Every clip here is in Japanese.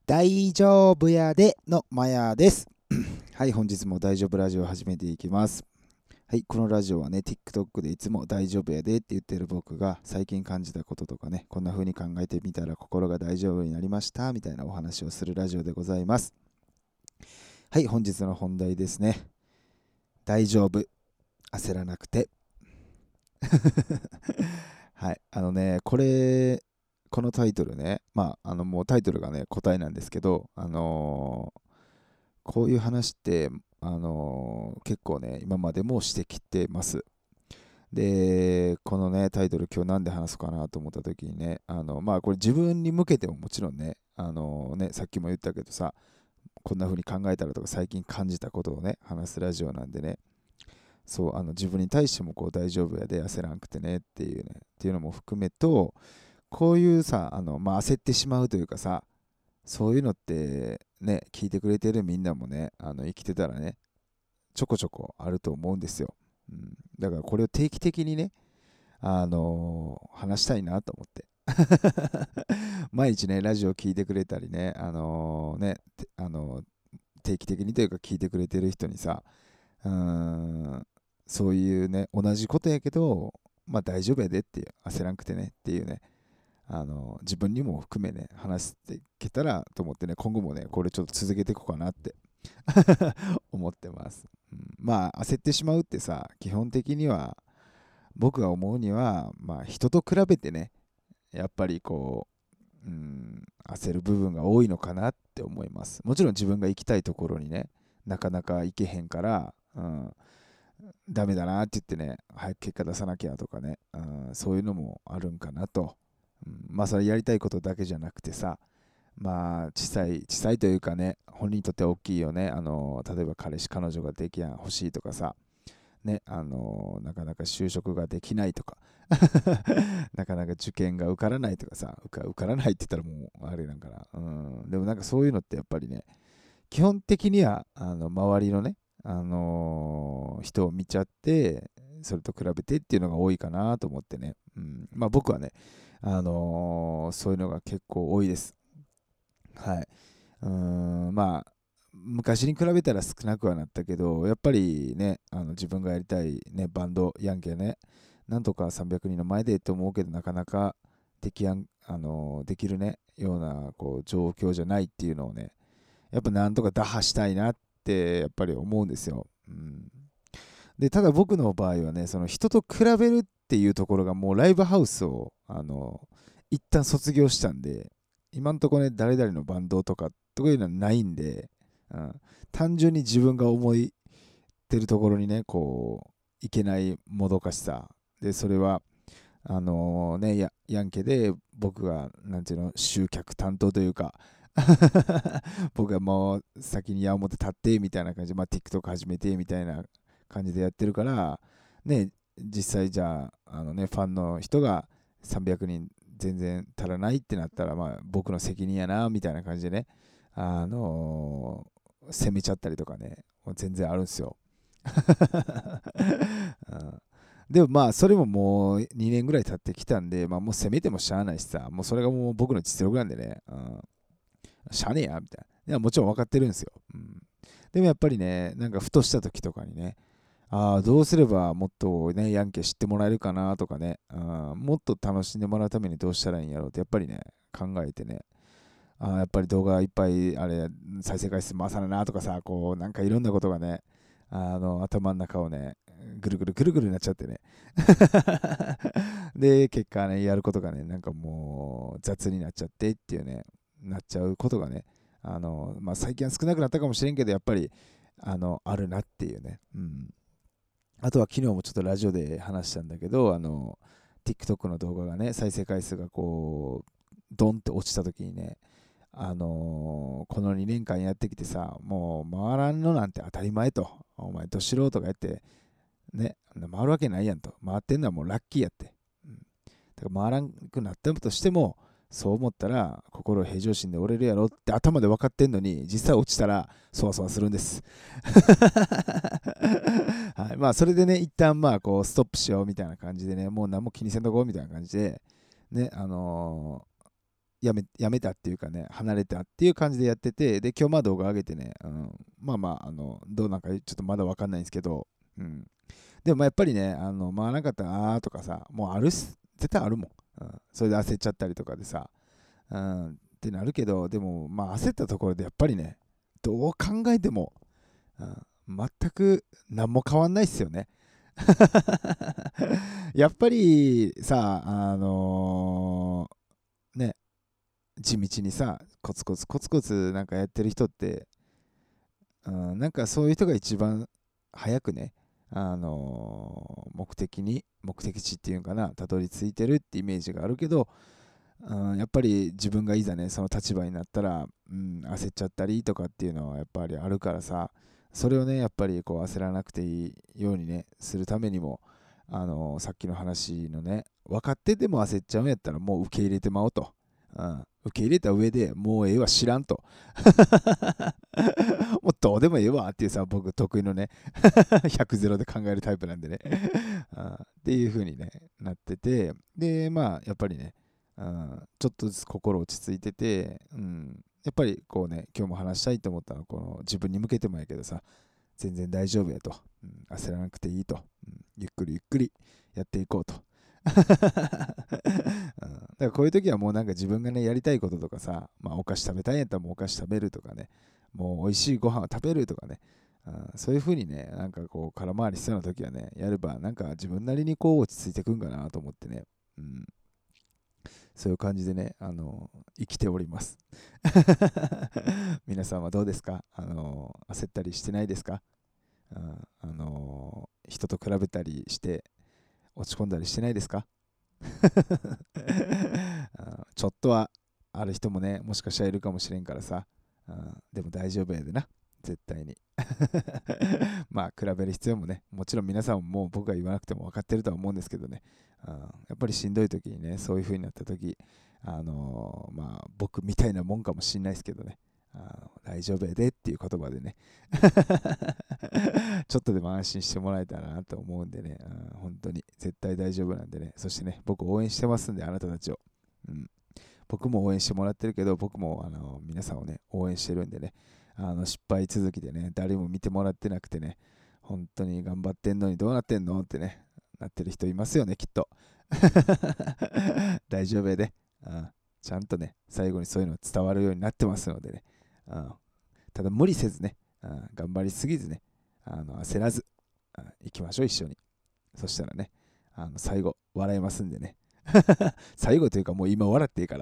大丈夫やでのマヤです。はい、本日も大丈夫ラジオを始めていきます。はい、このラジオはね、TikTok でいつも大丈夫やでって言ってる僕が最近感じたこととかね、こんな風に考えてみたら心が大丈夫になりましたみたいなお話をするラジオでございます。はい、本日の本題ですね。大丈夫、焦らなくて。はい、このタイトルね、もうタイトルがね、答えなんですけど、こういう話って、結構ね、今までもしてきてます。で、このね、タイトル今日なんで話すかなと思った時にね、これ自分に向けてももちろんね、さっきも言ったけどさ、こんな風に考えたらとか最近感じたことをね、話すラジオなんでね、そう、自分に対してもこう大丈夫やで焦らんくてねっていうのも含めと、こういうさ、焦ってしまうというかさ、そういうのってね、聞いてくれてるみんなもね、生きてたらね、ちょこちょこあると思うんですよ。だからこれを定期的にね、話したいなと思って。毎日ね、ラジオ聞いてくれたりね、定期的にというか聞いてくれてる人にさ、うーん、そういうね、同じことやけど、まあ大丈夫やでっていう、焦らんくてねっていうね、自分にも含めね、話していけたらと思ってね、今後もね、これちょっと続けていこうかなって思ってます。まあ、焦ってしまうってさ、基本的には、僕が思うには、まあ、人と比べてね、やっぱりこう、焦る部分が多いのかなって思います。もちろん自分が行きたいところにね、なかなか行けへんから、ダメだなって言ってね、早く結果出さなきゃとかね、そういうのもあるんかなと。まあ、それやりたいことだけじゃなくてさ、まあ、小さいというかね、本人にとっては大きいよね。例えば彼氏、彼女ができやん、欲しいとかさ、ね、なかなか就職ができないとか、なかなか受験が受からないとかさ、受からないって言ったらもうあれなんかな。でもなんかそういうのってやっぱりね、基本的には、周りのね、人を見ちゃって、それと比べてっていうのが多いかなと思ってね。まあ僕はね、そういうのが結構多いです。はい。まあ、昔に比べたら少なくはなったけど、やっぱりね、自分がやりたい、ね、バンド、ヤンケね、なんとか300人の前でと思うけど、なかなかできるね、ようなこう状況じゃないっていうのをね、やっぱなんとか打破したいなってやっぱり思うんですよ。で、ただ僕の場合はね、その人と比べるっていうところがもうライブハウスを、一旦卒業したんで、今んとこね、誰々のバンドとかいうのはないんで、単純に自分が思いてるところにね、こう、いけないもどかしさ。で、それは、ヤンケで僕が、なんていうの、集客担当というか、僕がもう先に矢面立ってみたいな感じで、まあ、TikTok 始めてみたいな感じでやってるから、ね、実際じゃあ、ファンの人が300人全然足らないってなったら、まあ、僕の責任やな、みたいな感じでね、責めちゃったりとかね、もう全然あるんですよ。うんでもまあ、それももう2年ぐらい経ってきたんで、まあもう攻めてもしゃあないしさ、もうそれがもう僕の実力なんでね、しゃあねえや、みたいな。いや、もちろん分かってるんですよ。でもやっぱりね、なんかふとした時とかにね、どうすればもっとね、ヤンケ知ってもらえるかなとかね、もっと楽しんでもらうためにどうしたらいいんやろうって、やっぱりね、考えてね、やっぱり動画いっぱい、再生回数回さななとかさ、こう、なんかいろんなことがね、頭の中をね、ぐるぐるぐるぐるになっちゃってね。で、結果ね、やることがね、なんかもう雑になっちゃってっていうね、なっちゃうことがね、最近は少なくなったかもしれんけど、やっぱり、あるなっていうね。あとは昨日もちょっとラジオで話したんだけど、TikTok の動画がね、再生回数がこう、ドンって落ちた時にね、この2年間やってきてさ、もう回らんのなんて当たり前と、お前、ど素人がやって、ね、回るわけないやんと、回ってんのはもうラッキーやって。だから回らんくなったとしても、そう思ったら心平常心で折れるやろって頭で分かってんのに、実際落ちたらそわそわするんです。はい、まあそれでね、一旦まあこうストップしようみたいな感じでね、もう何も気にせんとこうみたいな感じで、ね、 やめたっていうかね、離れたっていう感じでやってて、で、今日まあ動画上げてね、まあまあ、どうなんかちょっとまだわかんないんですけど、うん。でもまあやっぱりね、回らなかったら、あーとかさ、もうあるし、絶対あるもん。それで焦っちゃったりとかでさ、ってなるけど、でもまあ焦ったところでやっぱりね、どう考えても、全く何も変わんないっすよね。やっぱりさ、ね、地道にさ、コツコツコツコツなんかやってる人って、なんかそういう人が一番早くね、目的地っていうのかな、たどり着いてるってイメージがあるけど、やっぱり自分がいざね、その立場になったら、焦っちゃったりとかっていうのはやっぱりあるからさ、それをね、やっぱりこう焦らなくていいようにね、するためにも、さっきの話のね、分かってても焦っちゃうんやったらもう受け入れてまおうと。受け入れた上でもうええわ知らんと。もうどうでもええわっていうさ、僕得意のね、100ゼロで考えるタイプなんでね。っていう風にね、なってて、で、まあ、やっぱりね、ちょっとずつ心落ち着いてて、やっぱりこうね、今日も話したいと思ったのは、この自分に向けてもやけどさ、全然大丈夫やと、焦らなくていいと、ゆっくりゆっくりやっていこうと。だからこういう時はもうなんか自分がね、やりたいこととかさ、まあ、お菓子食べたいんやったらもうお菓子食べるとかね、もう美味しいご飯を食べるとかね、そういう風にね、なんかこう空回りしそうな時はね、やればなんか自分なりにこう落ち着いてくんかなと思ってね、そういう感じでね、生きております。皆さんはどうですか？焦ったりしてないですか？人と比べたりして落ち込んだりしてないですか？ちょっとはある人もね、もしかしたらいるかもしれんからさ、でも大丈夫やでな、絶対に。まあ、比べる必要もね、もちろん皆さんももう僕が言わなくても分かってるとは思うんですけどね、やっぱりしんどい時にね、そういう風になった時、まあ、僕みたいなもんかもしんないですけどね、大丈夫やでっていう言葉でね、ちょっとでも安心してもらえたらなと思うんでね、本当に絶対大丈夫なんでね、そしてね、僕応援してますんで、あなたたちを。僕も応援してもらってるけど、僕も皆さんをね、応援してるんでね、失敗続きでね、誰も見てもらってなくてね、本当に頑張ってんのにどうなってんのってね、なってる人いますよね、きっと。大丈夫やで。ちゃんとね、最後にそういうのが伝わるようになってますのでね。ただ無理せずね、頑張りすぎずね、焦らず、行きましょう、一緒に。そしたらね、最後、笑えますんでね。最後というか、もう今笑っていいから。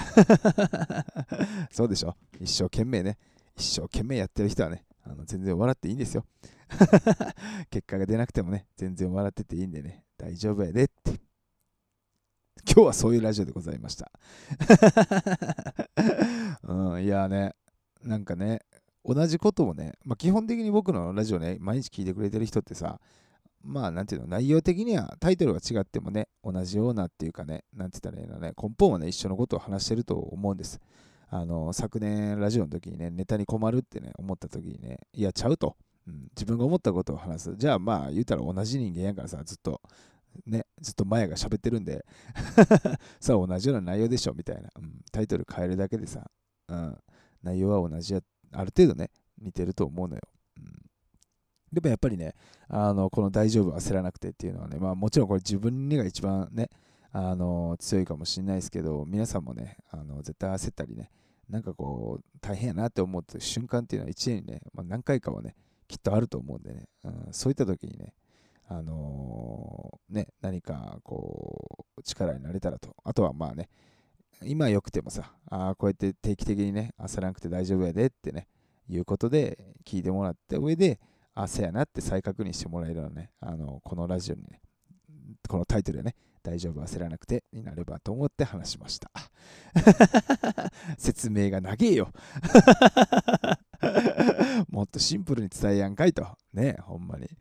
そうでしょ。一生懸命ね、一生懸命やってる人はね、全然笑っていいんですよ。結果が出なくてもね、全然笑ってていいんでね、大丈夫やでって。今日はそういうラジオでございました。いやね、なんかね、同じことをね、まあ、基本的に僕のラジオね、毎日聞いてくれてる人ってさ、まあ、なんていうの、内容的にはタイトルが違ってもね、同じようなっていうかね、なんて言ったらいいのね、根本はね、一緒のことを話してると思うんです。昨年ラジオの時にね、ネタに困るってね、思った時にね、いや、ちゃうと。自分が思ったことを話す。じゃあまあ言うたら同じ人間やからさ、ずっとマヤが喋ってるんでさあ同じような内容でしょみたいな、タイトル変えるだけでさ、内容は同じや、ある程度ね、似てると思うのよ。でもやっぱりね、この大丈夫焦らなくてっていうのはね、まあもちろんこれ自分にが一番ね、強いかもしれないですけど、皆さんもね、絶対焦ったりね、なんかこう、大変やなって思った瞬間っていうのは一年にね、まあ、何回かはね、きっとあると思うんでね、そういった時にね、何かこう、力になれたらと。あとはまあね、今良くてもさ、こうやって定期的にね、焦らなくて大丈夫やでってね、いうことで聞いてもらった上で、せやなって再確認してもらえるのはね、このラジオにね、このタイトルでね、大丈夫焦らなくてになればと思って話しました。説明が長えよ。もっとシンプルに伝えやんかいと。ね、ほんまに。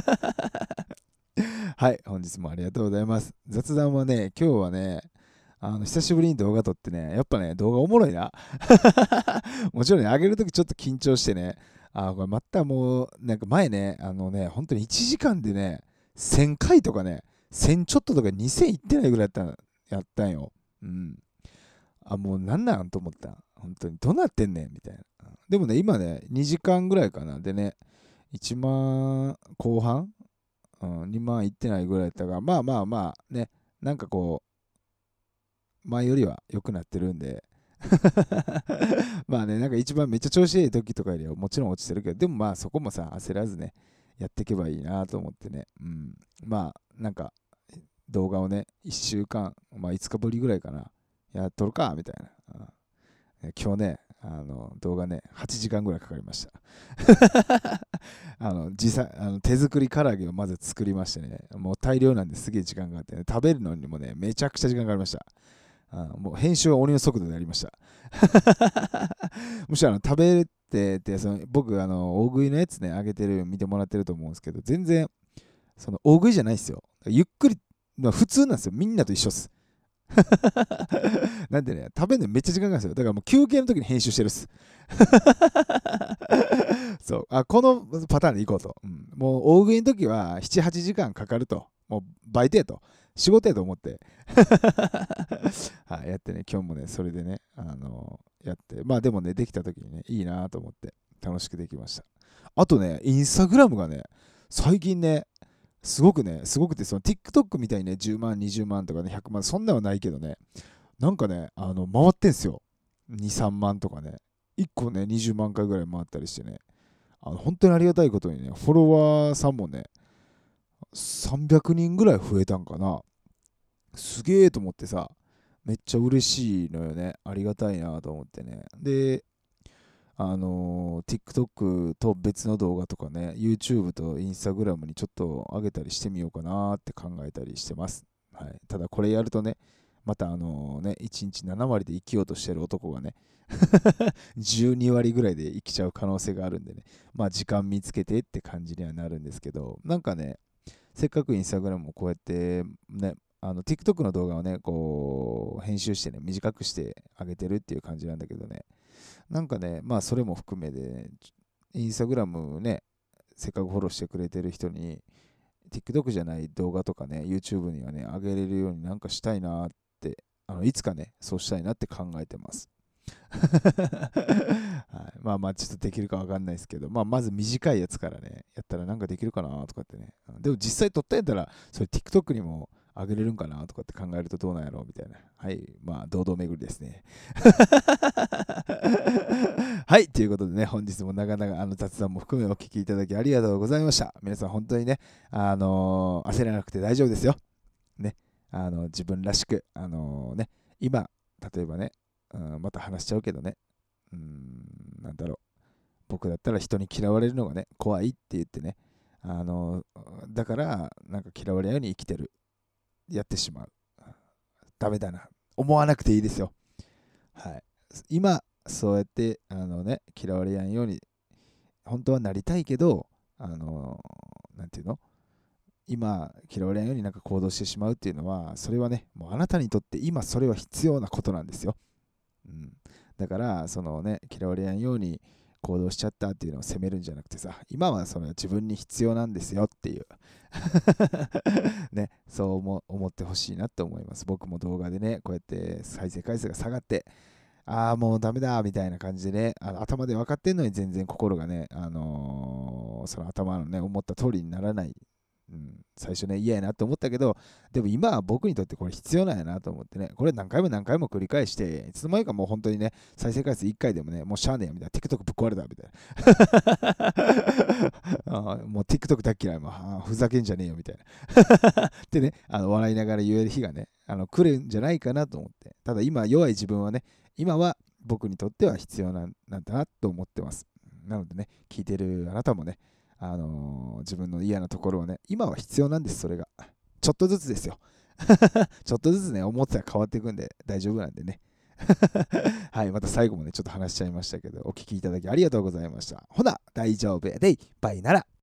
はい、本日もありがとうございます。雑談はね、今日はね、久しぶりに動画撮ってね、やっぱね、動画おもろいな。もちろんね、上げるときちょっと緊張してね、これまたもう、なんか前ね、本当に1時間でね、1000回とかね、1000ちょっととか2000いってないぐらいやったんよ。 もうなんなんと思った。本当にどうなってんねんみたいな。でもね、今ね、2時間ぐらいかな。でね、1万後半、2万いってないぐらいだったから、まあまあまあね、なんかこう、前よりは良くなってるんで、まあね、なんか一番めっちゃ調子いい時とかよりはもちろん落ちてるけど、でもまあそこもさ、焦らずね、やっていけばいいなと思ってね。まあ、なんか動画をね、1週間、まあ5日ぶりぐらいかな、やっとるか、みたいな。今日ね、動画ね、8時間ぐらいかかりました。手作り唐揚げをまず作りましてね、もう大量なんですげえ時間があってね、食べるのにもね、めちゃくちゃ時間かかりました。もう編集は鬼の速度でやりました。むしろ食べて僕大食いのやつね、あげてる見てもらってると思うんですけど、全然その大食いじゃないですよ。ゆっくり、まあ、普通なんですよ。みんなと一緒っす。なんでね、食べるのめっちゃ時間かかるんですよ。だからもう休憩の時に編集してるっす。そう、このパターンでいこうと。もう大食いの時は7、8時間かかると。もうバイトやと。仕事やと思って。はい、やってね、今日もね、それでね、やって、まあでもね、できた時にね、いいなと思って楽しくできました。あとね、インスタグラムがね、最近ね、すごくて、その TikTok みたいにね、10万、20万とかね、100万、そんなのはないけどね、なんかね、回ってんすよ。2、3万とかね。1個ね、20万回ぐらい回ったりしてね、本当にありがたいことにね、フォロワーさんもね、300人ぐらい増えたんかな。すげえと思ってさ、めっちゃ嬉しいのよね。ありがたいなと思ってね。で、TikTok と別の動画とかね、YouTube と Instagram にちょっと上げたりしてみようかなって考えたりしてます。はい、ただこれやるとね、また1日7割で生きようとしてる男がね、12割ぐらいで生きちゃう可能性があるんでね、まあ時間見つけてって感じにはなるんですけど、なんかね、せっかく Instagram もこうやってね、TikTok の動画をね、こう編集してね、短くしてあげてるっていう感じなんだけどね、なんかね、まあそれも含めで、インスタグラムね、せっかくフォローしてくれてる人に、TikTok じゃない動画とかね、YouTube にはね、上げれるようになんかしたいなって、いつかね、そうしたいなって考えてます。はい、まあまあ、ちょっとできるかわかんないですけど、まあまず短いやつからね、やったらなんかできるかなとかってね。でも実際撮ったんやったら、それ TikTok にも上げれるんかなとかって考えるとどうなんやろうみたいな。はい、まあ、堂々巡りですね。はい、ということでね、本日も長々雑談も含めお聞きいただきありがとうございました。皆さん本当にね、焦らなくて大丈夫ですよ。ね、自分らしく、ね、今、例えばね、また話しちゃうけどね、なんだろう、僕だったら人に嫌われるのがね、怖いって言ってね、だから、なんか嫌われないように生きてる、やってしまう。ダメだな。思わなくていいですよ。はい。今、そうやって、嫌われやんように、本当はなりたいけど、なんていうの、今、嫌われないようになんか行動してしまうっていうのは、それはね、もうあなたにとって今それは必要なことなんですよ。うん、だから、そのね、嫌われないように行動しちゃったっていうのを責めるんじゃなくてさ、今はその自分に必要なんですよっていうね、そう思ってほしいなって思います。僕も動画でね、こうやって再生回数が下がって、ああ、もうダメだみたいな感じでね、頭で分かってんのに全然心がね、その頭のね、思った通りにならない。最初ね、嫌やなと思ったけど、でも今は僕にとってこれ必要なんやなと思ってね、これ何回も何回も繰り返して、いつの間にかもう本当にね、再生回数1回でもね、もうしゃあねえやみたいな、TikTok ぶっ壊れたみたいな。もう TikTok 大っ嫌い、もうふざけんじゃねえよみたいな。ってね、笑いながら言える日がね、来るんじゃないかなと思って、ただ今弱い自分はね、今は僕にとっては必要なんだなと思ってます。なのでね、聞いてるあなたもね、自分の嫌なところはね、今は必要なんです、それが。ちょっとずつですよ。ちょっとずつね、思ってたら変わっていくんで大丈夫なんでね。はい、また最後もね、ちょっと話しちゃいましたけど、お聞きいただきありがとうございました。ほな、大丈夫やで、バイなら。